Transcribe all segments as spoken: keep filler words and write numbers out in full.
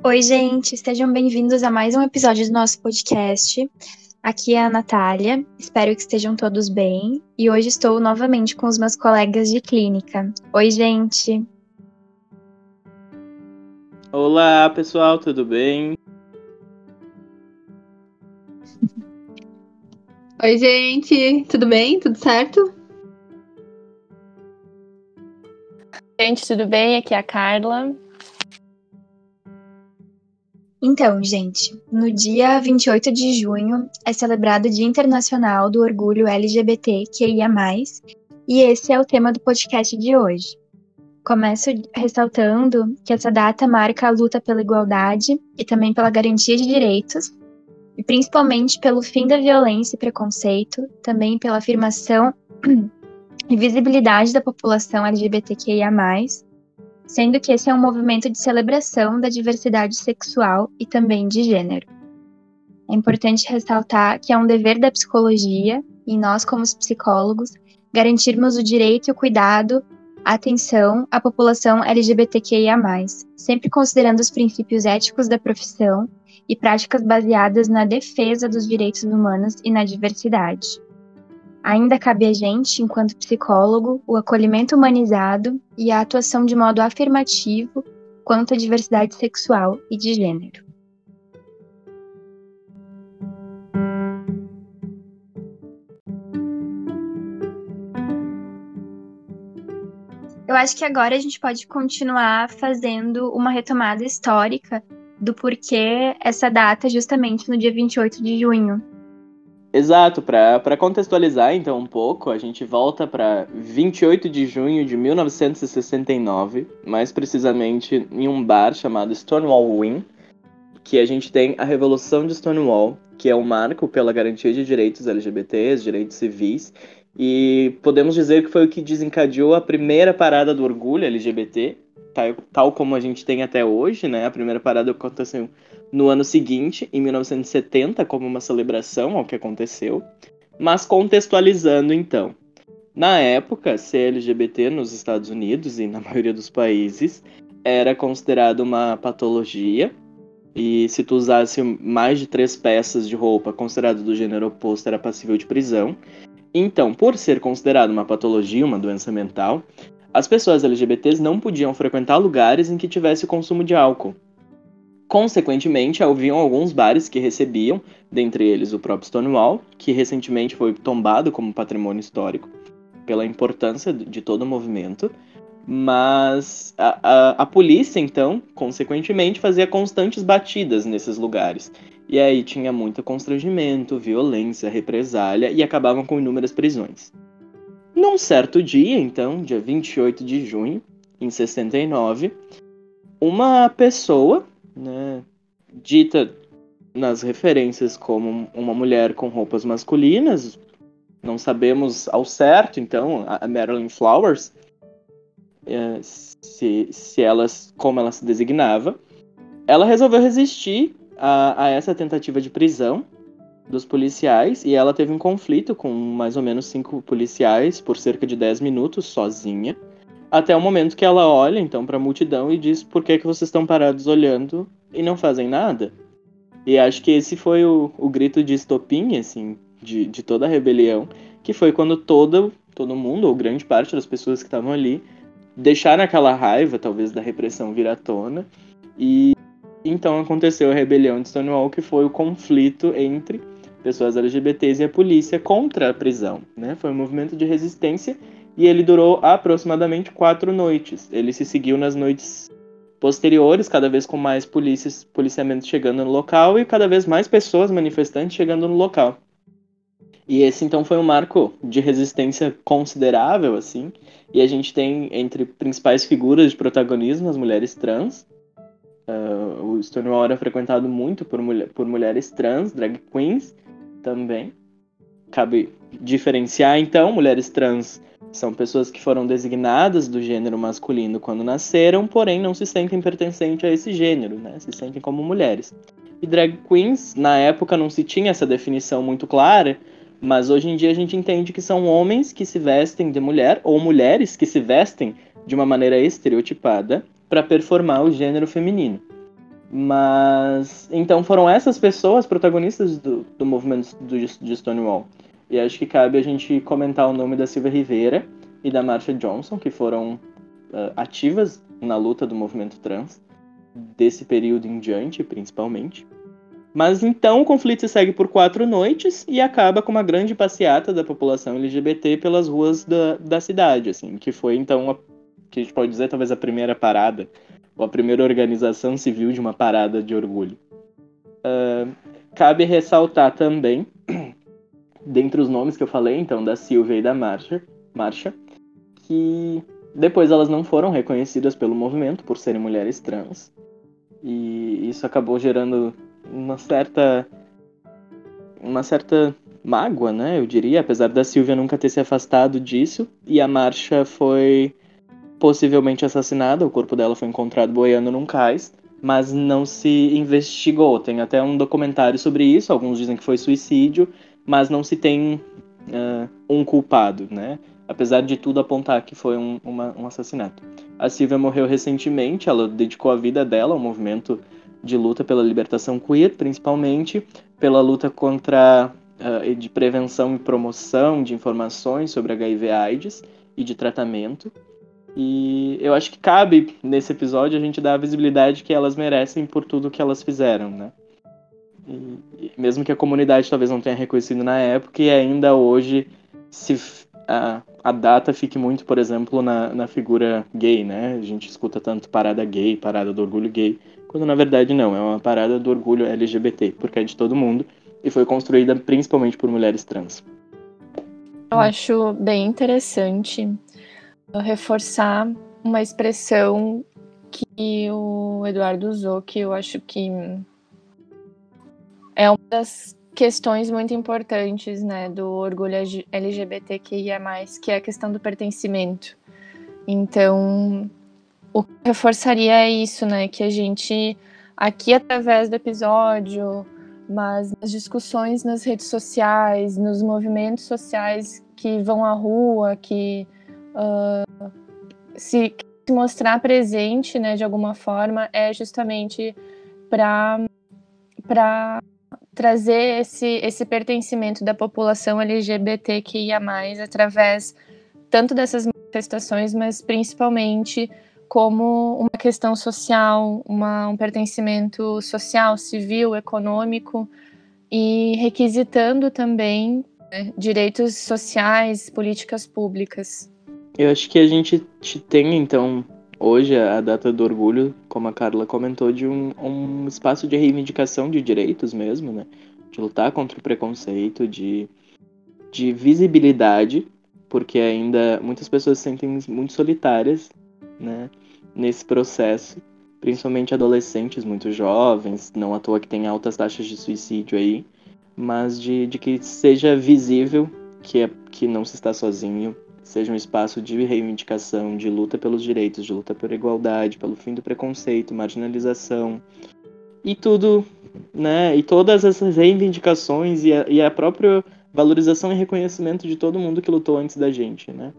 Oi, gente, sejam bem-vindos a mais um episódio do nosso podcast. Aqui é a Natália, espero que estejam todos bem. E hoje estou novamente com os meus colegas de clínica. Oi, gente. Olá, pessoal, tudo bem? Oi, gente, tudo bem? Tudo certo? Gente, tudo bem? Aqui é a Carla. Então, gente, no dia vinte e oito de junho é celebrado o Dia Internacional do Orgulho L G B T Q I A mais, e esse é o tema do podcast de hoje. Começo ressaltando que essa data marca a luta pela igualdade e também pela garantia de direitos, e principalmente pelo fim da violência e preconceito, também pela afirmação e visibilidade da população L G B T Q I A mais, sendo que esse é um movimento de celebração da diversidade sexual e também de gênero. É importante ressaltar que é um dever da psicologia, e nós, como psicólogos, garantirmos o direito e o cuidado, a atenção à população L G B T Q I A mais, sempre considerando os princípios éticos da profissão e práticas baseadas na defesa dos direitos humanos e na diversidade. Ainda cabe a gente, enquanto psicólogo, o acolhimento humanizado e a atuação de modo afirmativo quanto à diversidade sexual e de gênero. Eu acho que agora a gente pode continuar fazendo uma retomada histórica do porquê essa data justamente no dia vinte e oito de junho. Exato, para contextualizar então um pouco, a gente volta para vinte e oito de junho de mil novecentos e sessenta e nove, mais precisamente em um bar chamado Stonewall Inn, que a gente tem a Revolução de Stonewall, que é um marco pela garantia de direitos L G B Ts, direitos civis, e podemos dizer que foi o que desencadeou a primeira parada do orgulho L G B T, tal, tal como a gente tem até hoje, né? A primeira parada aconteceu no ano seguinte, em mil novecentos e setenta, como uma celebração ao que aconteceu. Mas contextualizando, então. Na época, ser L G B T nos Estados Unidos e na maioria dos países era considerado uma patologia. E se tu usasse mais de três peças de roupa considerado do gênero oposto, era passível de prisão. Então, por ser considerado uma patologia, uma doença mental, as pessoas L G B Ts não podiam frequentar lugares em que tivesse o consumo de álcool. Consequentemente, haviam alguns bares que recebiam, dentre eles o próprio Stonewall, que recentemente foi tombado como patrimônio histórico pela importância de todo o movimento, mas a, a, a polícia, então, consequentemente, fazia constantes batidas nesses lugares. E aí tinha muito constrangimento, violência, represália e acabavam com inúmeras prisões. Num certo dia, então, dia vinte e oito de junho, em sessenta e nove, uma pessoa, né, dita nas referências como uma mulher com roupas masculinas, não sabemos ao certo, então, a Marilyn Flowers, é, se, se elas, como ela se designava, ela resolveu resistir a, a essa tentativa de prisão dos policiais, e ela teve um conflito com mais ou menos cinco policiais por cerca de dez minutos, sozinha, até o momento que ela olha, então, para a multidão e diz: por que, que vocês estão parados olhando e não fazem nada? E acho que esse foi o, o grito de estopim, assim, de, de toda a rebelião, que foi quando todo, todo mundo, ou grande parte das pessoas que estavam ali, deixaram aquela raiva, talvez, da repressão vir à tona, e então aconteceu a rebelião de Stonewall, que foi o conflito entre pessoas L G B Ts e a polícia contra a prisão, né? Foi um movimento de resistência e ele durou aproximadamente quatro noites. Ele se seguiu nas noites posteriores, cada vez com mais polícias, policiamentos chegando no local e cada vez mais pessoas manifestantes chegando no local. E esse, então, foi um marco de resistência considerável, assim. E a gente tem, entre principais figuras de protagonismo, as mulheres trans. Uh, o Stonewall era frequentado muito por, mulher, por mulheres trans, drag queens, também. Cabe diferenciar, então, mulheres trans são pessoas que foram designadas do gênero masculino quando nasceram, porém não se sentem pertencentes a esse gênero, né? Se sentem como mulheres. E drag queens, na época, não se tinha essa definição muito clara, mas hoje em dia a gente entende que são homens que se vestem de mulher, ou mulheres que se vestem de uma maneira estereotipada para performar o gênero feminino. Mas, então foram essas pessoas protagonistas do, do movimento do, de Stonewall. E acho que cabe a gente comentar o nome da Silvia Rivera e da Marsha Johnson, que foram uh, ativas na luta do movimento trans, desse período em diante, principalmente. Mas então o conflito se segue por quatro noites e acaba com uma grande passeata da população L G B T pelas ruas da, da cidade, assim, que foi então, a, que a gente pode dizer talvez a primeira parada, ou a primeira organização civil de uma parada de orgulho. Uh, cabe ressaltar também, dentre os nomes que eu falei, então, da Silvia e da Marsha, Marsha, que depois elas não foram reconhecidas pelo movimento por serem mulheres trans. E isso acabou gerando uma certa uma certa mágoa, né, eu diria, apesar da Silvia nunca ter se afastado disso, e a Marsha foi possivelmente assassinada, o corpo dela foi encontrado boiando num cais, mas não se investigou. Tem até um documentário sobre isso, alguns dizem que foi suicídio, mas não se tem uh, um culpado, né, apesar de tudo apontar que foi um, uma, um assassinato. A Silvia morreu recentemente, ela dedicou a vida dela ao movimento de luta pela libertação queer, principalmente pela luta contra uh, de prevenção e promoção de informações sobre H I V AIDS e de tratamento. E eu acho que cabe, nesse episódio, a gente dar a visibilidade que elas merecem por tudo que elas fizeram, né? E, e mesmo que a comunidade talvez não tenha reconhecido na época, e ainda hoje se a, a data fique muito, por exemplo, na, na figura gay, né? A gente escuta tanto parada gay, parada do orgulho gay, quando na verdade não, é uma parada do orgulho L G B T, porque é de todo mundo e foi construída principalmente por mulheres trans. Eu acho bem interessante reforçar uma expressão que o Eduardo usou, que eu acho que é uma das questões muito importantes, né, do orgulho L G B T Q I A mais, que é a questão do pertencimento. Então, o que eu reforçaria é isso, né, que a gente, aqui através do episódio, mas nas discussões nas redes sociais, nos movimentos sociais que vão à rua, que uh, se, se mostrar presente, né, de alguma forma, é justamente para para trazer esse, esse pertencimento da população L G B T Q I A mais, através tanto dessas manifestações, mas principalmente como uma questão social, uma, um pertencimento social, civil, econômico, e requisitando também, né, direitos sociais, políticas públicas. Eu acho que a gente tem, então, hoje, a data do orgulho, como a Carla comentou, de um, um espaço de reivindicação de direitos mesmo, né? De lutar contra o preconceito, de, de visibilidade, porque ainda muitas pessoas se sentem muito solitárias, né, nesse processo, principalmente adolescentes muito jovens, não à toa que tem altas taxas de suicídio aí, mas de, de que seja visível que, é, que não se está sozinho, seja um espaço de reivindicação, de luta pelos direitos, de luta pela igualdade, pelo fim do preconceito, marginalização, e tudo, né, e todas essas reivindicações e a, e a própria valorização e reconhecimento de todo mundo que lutou antes da gente, né.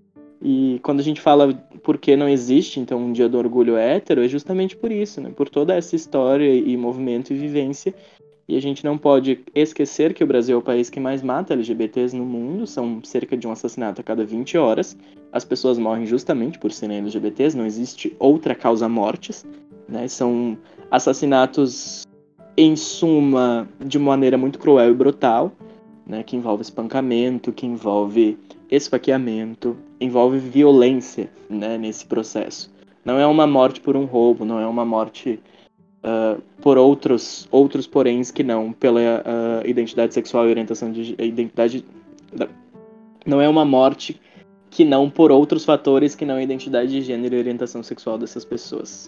E quando a gente fala por que não existe, então, um dia do orgulho hétero, é justamente por isso, né, por toda essa história e movimento e vivência. E a gente não pode esquecer que o Brasil é o país que mais mata L G B Ts no mundo, são cerca de um assassinato a cada vinte horas. As pessoas morrem justamente por serem L G B Ts, não existe outra causa mortes, né? São assassinatos, em suma, de maneira muito cruel e brutal, né? Que envolve espancamento, que envolve esfaqueamento, envolve violência, né? Nesse processo. Não é uma morte por um roubo, não é uma morte Uh, por outros, outros poréns que não, pela uh, identidade sexual e orientação de identidade. Não é uma morte que não por outros fatores que não a identidade de gênero e orientação sexual dessas pessoas.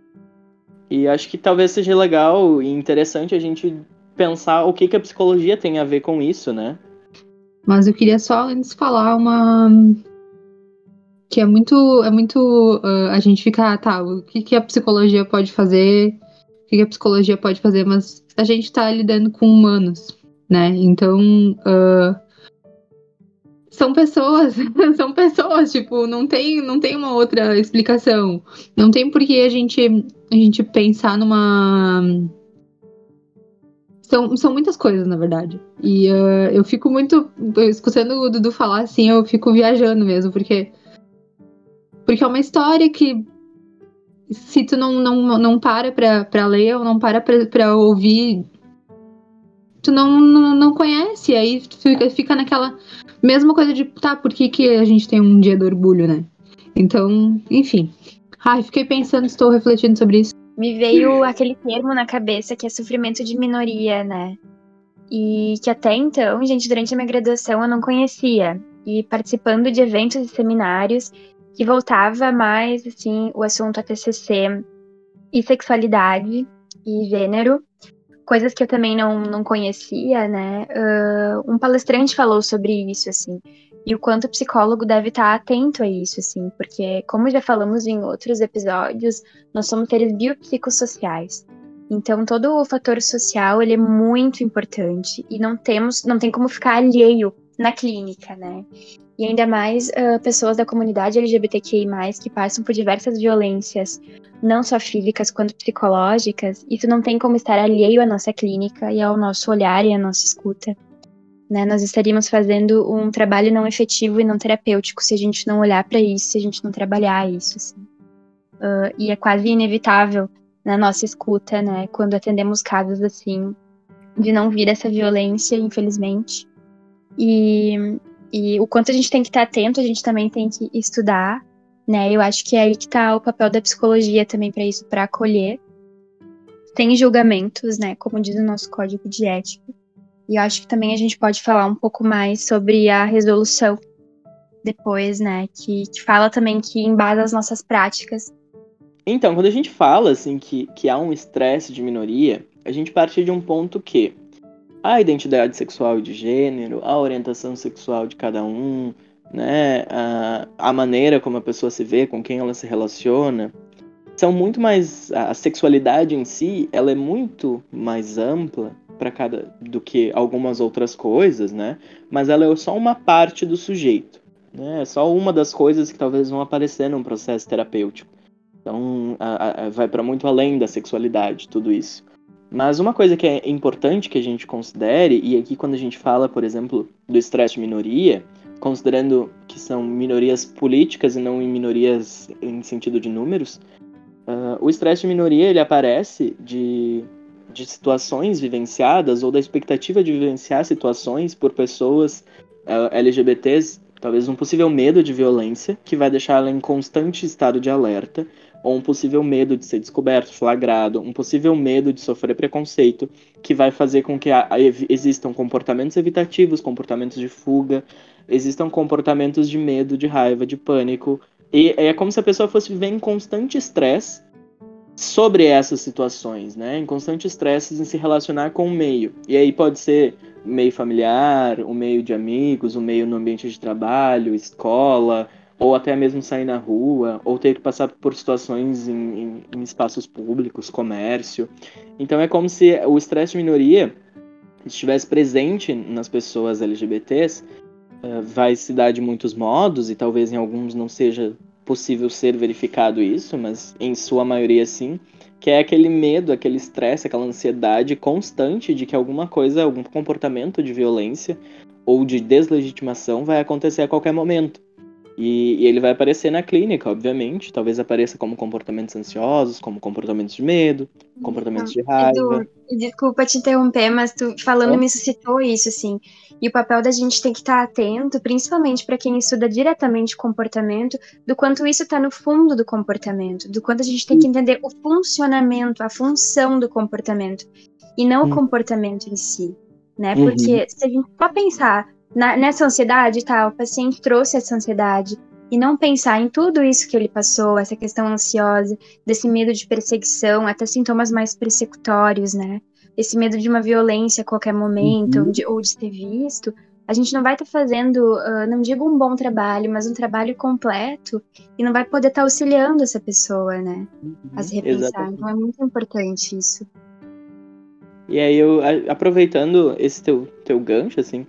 E acho que talvez seja legal e interessante a gente pensar o que, que a psicologia tem a ver com isso, né? Mas eu queria só antes falar uma. Que é muito. É muito. Uh, a gente fica, tá, o que, que a psicologia pode fazer? O que a psicologia pode fazer, mas a gente tá lidando com humanos, né? Então, uh, são pessoas, são pessoas, tipo, não tem, não tem uma outra explicação. Não tem por que a gente, a gente pensar numa... São, são muitas coisas, na verdade. E uh, eu fico muito... Escutando o Dudu falar, assim, eu fico viajando mesmo, porque... Porque é uma história que... Se tu não, não, não para pra, pra ler ou não para pra, pra ouvir... Tu não, não, não conhece, aí tu fica, fica naquela mesma coisa de, tá, por que, que a gente tem um dia do orgulho, né? Então, enfim. Ai, fiquei pensando, estou refletindo sobre isso. Me veio aquele termo na cabeça que é sofrimento de minoria, né? E que até então, gente, durante a minha graduação eu não conhecia. E participando de eventos e seminários que voltava mais, assim, o assunto a T C C e sexualidade e gênero, coisas que eu também não, não conhecia, né? Uh, um palestrante falou sobre isso, assim, e o quanto o psicólogo deve estar atento a isso, assim, porque, como já falamos em outros episódios, nós somos seres biopsicossociais. Então, todo o fator social, ele é muito importante e não temos, não tem como ficar alheio na clínica, né? E ainda mais uh, pessoas da comunidade L G B T Q I mais, que passam por diversas violências, não só físicas quanto psicológicas, isso não tem como estar alheio à nossa clínica e ao nosso olhar e à nossa escuta. Né? Nós estaríamos fazendo um trabalho não efetivo e não terapêutico se a gente não olhar para isso, se a gente não trabalhar isso. Assim. Uh, e é quase inevitável na nossa escuta, né, quando atendemos casos assim, de não vir essa violência, infelizmente. E... E o quanto a gente tem que estar atento, a gente também tem que estudar, né? Eu acho que é aí que está o papel da psicologia também para isso, para acolher, sem julgamentos, né? Como diz o nosso código de ética. E eu acho que também a gente pode falar um pouco mais sobre a resolução depois, né? Que, que fala também que embasa as nossas práticas. Então, quando a gente fala assim que, que há um estresse de minoria, a gente parte de um ponto que a identidade sexual e de gênero, a orientação sexual de cada um, né, a, a maneira como a pessoa se vê, com quem ela se relaciona, são muito mais... A sexualidade em si, ela é muito mais ampla para cada do que algumas outras coisas, né? Mas ela é só uma parte do sujeito, né? É só uma das coisas que talvez vão aparecer num processo terapêutico. Então, a, a, vai para muito além da sexualidade, tudo isso. Mas uma coisa que é importante que a gente considere, e aqui quando a gente fala, por exemplo, do estresse de minoria, considerando que são minorias políticas e não em minorias em sentido de números, uh, o estresse de minoria ele aparece de, de situações vivenciadas ou da expectativa de vivenciar situações por pessoas uh, L G B Ts, talvez um possível medo de violência, que vai deixar ela em constante estado de alerta, ou um possível medo de ser descoberto, flagrado, um possível medo de sofrer preconceito, que vai fazer com que a, a, existam comportamentos evitativos, comportamentos de fuga, existam comportamentos de medo, de raiva, de pânico, e é como se a pessoa fosse viver em constante estresse sobre essas situações, né? Em constante estresse em se relacionar com o meio. E aí pode ser o meio familiar, o meio de amigos, o meio no ambiente de trabalho, escola, ou até mesmo sair na rua, ou ter que passar por situações em, em, em espaços públicos, comércio. Então é como se o estresse de minoria estivesse presente nas pessoas L G B Ts, uh, vai se dar de muitos modos, e talvez em alguns não seja possível ser verificado isso, mas em sua maioria sim, que é aquele medo, aquele estresse, aquela ansiedade constante de que alguma coisa, algum comportamento de violência ou de deslegitimação vai acontecer a qualquer momento. E, e ele vai aparecer na clínica, obviamente. Talvez apareça como comportamentos ansiosos, como comportamentos de medo, comportamentos de raiva. Edu, desculpa te interromper, mas tu falando É? me suscitou isso, assim. E o papel da gente tem que estar atento, principalmente para quem estuda diretamente comportamento, do quanto isso está no fundo do comportamento, do quanto a gente tem que entender o funcionamento, a função do comportamento, e não o comportamento em si, né? Uhum. Porque se a gente só pensar na, nessa ansiedade, tá, o paciente trouxe essa ansiedade, e não pensar em tudo isso que ele passou, essa questão ansiosa, desse medo de perseguição, até sintomas mais persecutórios, né? Esse medo de uma violência a qualquer momento, Uhum. ou, de, ou de ser visto, a gente não vai estar tá fazendo, uh, não digo um bom trabalho, mas um trabalho completo, e não vai poder estar tá auxiliando essa pessoa, né? A se repensar. Exatamente. Então é muito importante isso. E aí eu, aproveitando esse teu, teu gancho, assim,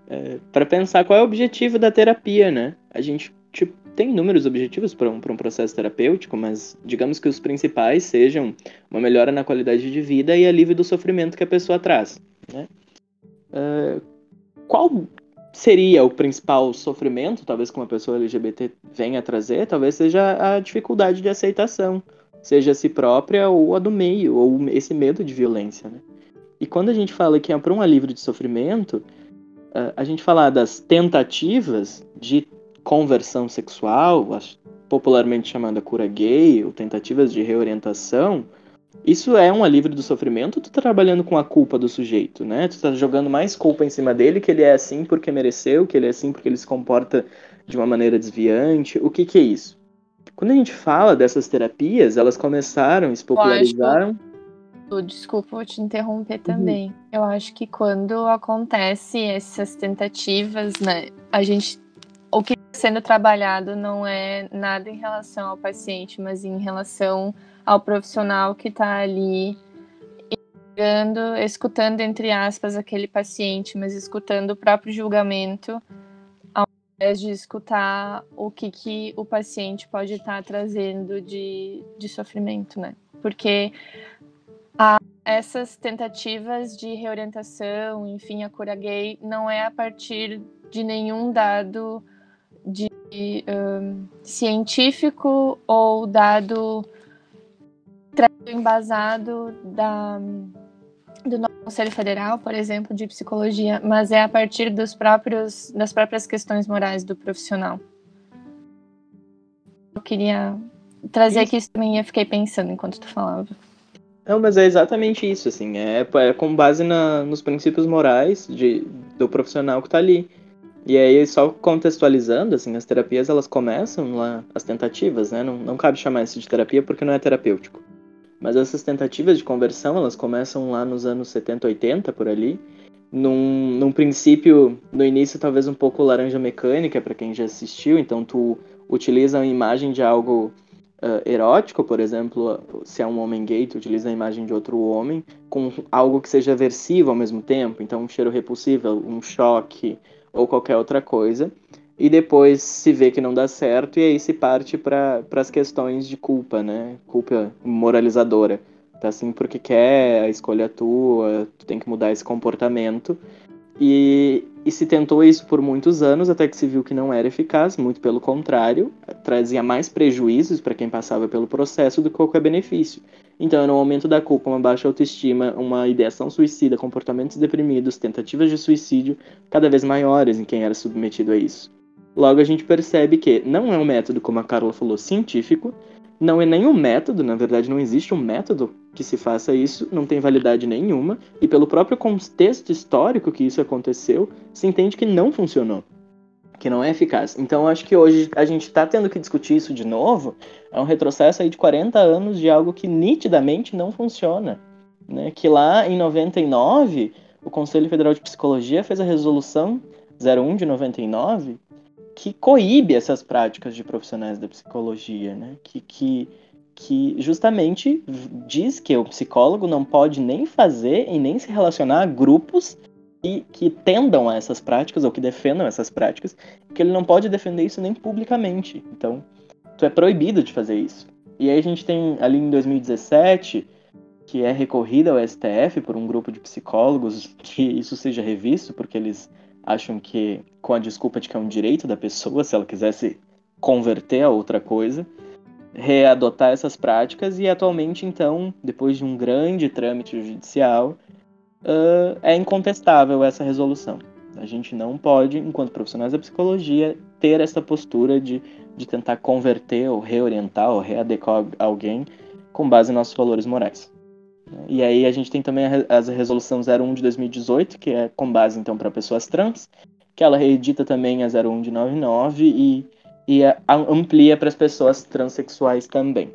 é, para pensar qual é o objetivo da terapia, né? A gente tipo, tem inúmeros objetivos para um, para um processo terapêutico, mas digamos que os principais sejam uma melhora na qualidade de vida e alívio do sofrimento que a pessoa traz, né? Uh, qual seria o principal sofrimento, talvez que uma pessoa L G B T venha a trazer? Talvez seja a dificuldade de aceitação, seja a si própria ou a do meio, ou esse medo de violência, né? E quando a gente fala que é para um alívio de sofrimento, a gente fala das tentativas de conversão sexual, popularmente chamada cura gay, ou tentativas de reorientação, isso é um alívio do sofrimento, tu tá trabalhando com a culpa do sujeito, né? Tu tá jogando mais culpa em cima dele, que ele é assim porque mereceu, que ele é assim porque ele se comporta de uma maneira desviante. O que que é isso? Quando a gente fala dessas terapias, elas começaram, se popularizaram... Desculpa, vou te interromper também. Uhum. Eu acho que quando acontece essas tentativas, né, a gente, o que está sendo trabalhado não é nada em relação ao paciente, mas em relação ao profissional que está ali escutando, escutando, entre aspas, aquele paciente, mas escutando o próprio julgamento, ao invés de escutar o que, que o paciente pode estar tá trazendo de, de sofrimento, né? Porque a, essas tentativas de reorientação, enfim, a cura gay, não é a partir de nenhum dado de, um, científico ou dado embasado da, do nosso Conselho Federal, por exemplo, de psicologia, mas é a partir dos próprios, das próprias questões morais do profissional. Eu queria trazer isso. Aqui isso também, eu fiquei pensando enquanto tu falava. Não, mas é exatamente isso, assim, é, é com base na, nos princípios morais de, do profissional que tá ali. E aí, só contextualizando, assim, as terapias, elas começam lá, as tentativas, né, não, não cabe chamar isso de terapia porque não é terapêutico. Mas essas tentativas de conversão, elas começam lá nos anos setenta, oitenta, por ali, num, num princípio, no início, talvez um pouco laranja mecânica, para quem já assistiu, então tu utiliza a imagem de algo... Uh, erótico, por exemplo, se é um homem gay, tu utiliza a imagem de outro homem com algo que seja aversivo ao mesmo tempo, então um cheiro repulsivo, um choque ou qualquer outra coisa, e depois se vê que não dá certo e aí se parte para as questões de culpa, né? Culpa moralizadora. Tá assim porque quer, a escolha é tua, tu tem que mudar esse comportamento. E, e se tentou isso por muitos anos, até que se viu que não era eficaz, muito pelo contrário, trazia mais prejuízos para quem passava pelo processo do que qualquer benefício. Então, era um aumento da culpa, uma baixa autoestima, uma ideação suicida, comportamentos deprimidos, tentativas de suicídio cada vez maiores em quem era submetido a isso. Logo, a gente percebe que não é um método, como a Carla falou, científico, não é nenhum método, na verdade não existe um método que se faça isso, não tem validade nenhuma, e pelo próprio contexto histórico que isso aconteceu, se entende que não funcionou, que não é eficaz. Então acho que hoje a gente está tendo que discutir isso de novo, é um retrocesso aí de quarenta anos de algo que nitidamente não funciona, né? Que lá em noventa e nove, o Conselho Federal de Psicologia fez a resolução zero um de noventa e nove, que coíbe essas práticas de profissionais da psicologia, né? Que, que, que justamente diz que o psicólogo não pode nem fazer e nem se relacionar a grupos que, que tendam a essas práticas ou que defendam essas práticas, que ele não pode defender isso nem publicamente. Então, tu é proibido de fazer isso. E aí a gente tem ali em dois mil e dezessete, que é recorrida ao S T F por um grupo de psicólogos, que isso seja revisto, porque eles acham que, com a desculpa de que é um direito da pessoa, se ela quisesse converter a outra coisa, readotar essas práticas, e atualmente, então, depois de um grande trâmite judicial, uh, é incontestável essa resolução. A gente não pode, enquanto profissionais da psicologia, ter essa postura de, de tentar converter ou reorientar ou readequar alguém com base nos nossos valores morais. E aí a gente tem também a resolução zero um de dois mil e dezoito, que é com base então para pessoas trans, que ela reedita também a zero um de noventa e nove e, e a, amplia para as pessoas transexuais também.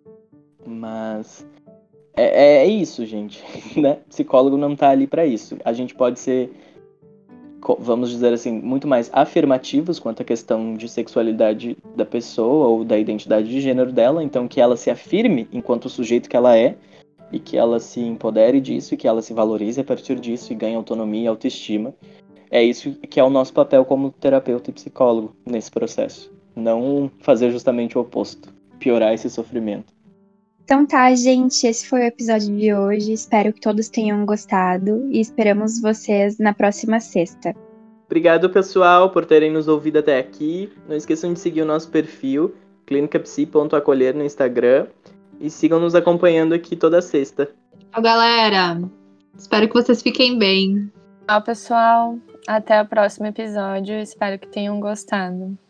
Mas é, é isso, gente, né? Psicólogo não tá ali para isso. A gente pode ser, vamos dizer assim, muito mais afirmativos quanto à questão de sexualidade da pessoa ou da identidade de gênero dela, então que ela se afirme enquanto o sujeito que ela é, e que ela se empodere disso, e que ela se valorize a partir disso e ganhe autonomia e autoestima. é isso que é o nosso papel como terapeuta e psicólogo nesse processo. Não fazer justamente o oposto, piorar esse sofrimento. Então tá, gente, esse foi o episódio de hoje. Espero que todos tenham gostado e esperamos vocês na próxima sexta. Obrigado, pessoal, por terem nos ouvido até aqui. Não esqueçam de seguir o nosso perfil, clínica psi ponto acolher no Instagram. E sigam nos acompanhando aqui toda sexta. Tchau, galera. Espero que vocês fiquem bem. Tchau, pessoal. Até o próximo episódio. Espero que tenham gostado.